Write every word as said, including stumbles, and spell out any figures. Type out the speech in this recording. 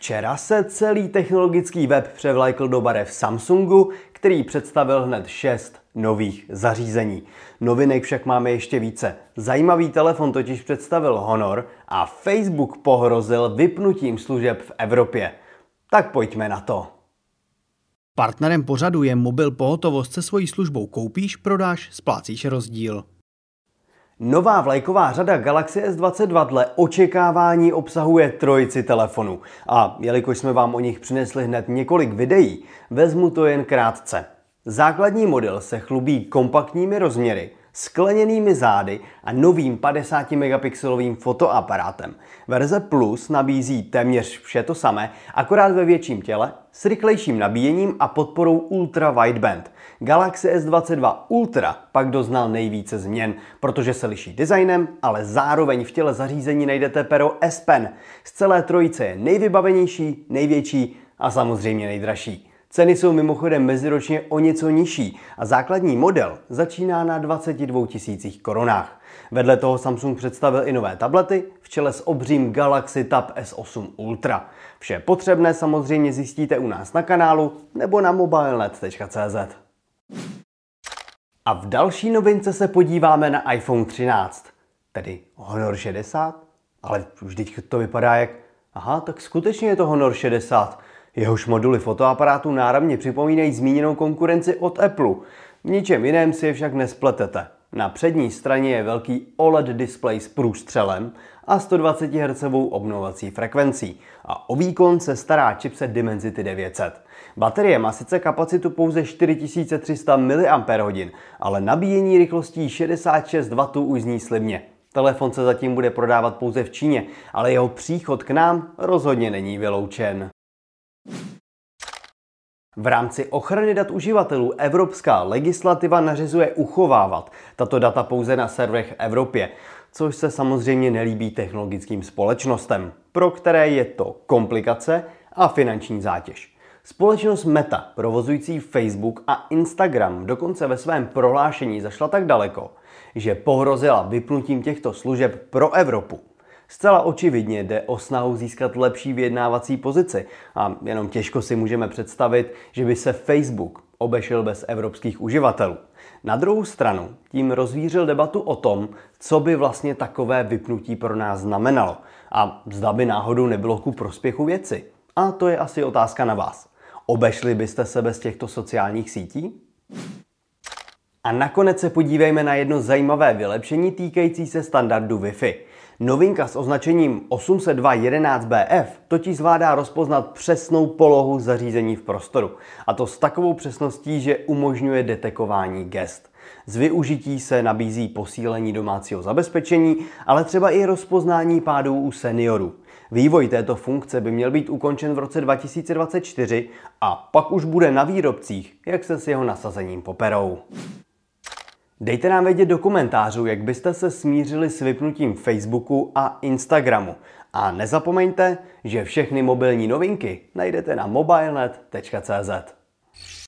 Včera se celý technologický web převlékl do barev Samsungu, který představil hned šest nových zařízení. Novinek však máme ještě více. Zajímavý telefon totiž představil Honor a Facebook pohrozil vypnutím služeb v Evropě. Tak pojďme na to. Partnerem pořadu je Mobil Pohotovost. Se svojí službou koupíš, prodáš, splácíš rozdíl. Nová vlajková řada Galaxy S dvacet dva dle očekávání obsahuje trojici telefonů. A jelikož jsme vám o nich přinesli hned několik videí, vezmu to jen krátce. Základní model se chlubí kompaktními rozměry, skleněnými zády a novým padesáti megapixelovým fotoaparátem. Verze Plus nabízí téměř vše to samé, akorát ve větším těle, s rychlejším nabíjením a podporou Ultra Wideband. Galaxy S dvacet dva Ultra pak doznal nejvíce změn, protože se liší designem, ale zároveň v těle zařízení najdete pero S Pen. Z celé trojice je nejvybavenější, největší a samozřejmě nejdražší. Ceny jsou mimochodem meziročně o něco nižší a základní model začíná na dvaceti dvou tisících korunách. Vedle toho Samsung představil i nové tablety v čele s obřím Galaxy Tab S osm Ultra. Vše potřebné samozřejmě zjistíte u nás na kanálu nebo na mobilenet tečka cé zet. A v další novince se podíváme na iPhone třináct, tedy Honor šedesát, ale už teď to vypadá jak... Aha, tak skutečně je to Honor šedesát. Jehož moduly fotoaparátu náramně připomínají zmíněnou konkurenci od Apple. V ničem jiném si je však nespletete. Na přední straně je velký O L E D displej s průstřelem a sto dvacet hertzů obnovovací frekvencí. A o výkon se stará chipset Dimensity devět set. Baterie má sice kapacitu pouze čtyři tisíce tři sta miliampérhodin, ale nabíjení rychlostí šedesát šest wattů už zní slibně. Telefon se zatím bude prodávat pouze v Číně, ale jeho příchod k nám rozhodně není vyloučen. V rámci ochrany dat uživatelů evropská legislativa nařizuje uchovávat tato data pouze na serverech v Evropě, což se samozřejmě nelíbí technologickým společnostem, pro které je to komplikace a finanční zátěž. Společnost Meta, provozující Facebook a Instagram, dokonce ve svém prohlášení zašla tak daleko, že pohrozila vypnutím těchto služeb pro Evropu. Zcela očividně jde o snahu získat lepší vyjednávací pozici a jenom těžko si můžeme představit, že by se Facebook obešel bez evropských uživatelů. Na druhou stranu tím rozvířil debatu o tom, co by vlastně takové vypnutí pro nás znamenalo a zda by náhodou nebylo ku prospěchu věci. A to je asi otázka na vás. Obešli byste se bez těchto sociálních sítí? A nakonec se podívejme na jedno zajímavé vylepšení týkající se standardu Wi-Fi. Novinka s označením osm set dva jedenáct B F totiž zvládá rozpoznat přesnou polohu zařízení v prostoru. A to s takovou přesností, že umožňuje detekování gest. Z využití se nabízí posílení domácího zabezpečení, ale třeba i rozpoznání pádů u seniorů. Vývoj této funkce by měl být ukončen v roce dva tisíce dvacet čtyři a pak už bude na výrobcích, jak se s jeho nasazením poperou. Dejte nám vědět do komentářů, jak byste se smířili s vypnutím Facebooku a Instagramu. A nezapomeňte, že všechny mobilní novinky najdete na mobilenet tečka cé zet.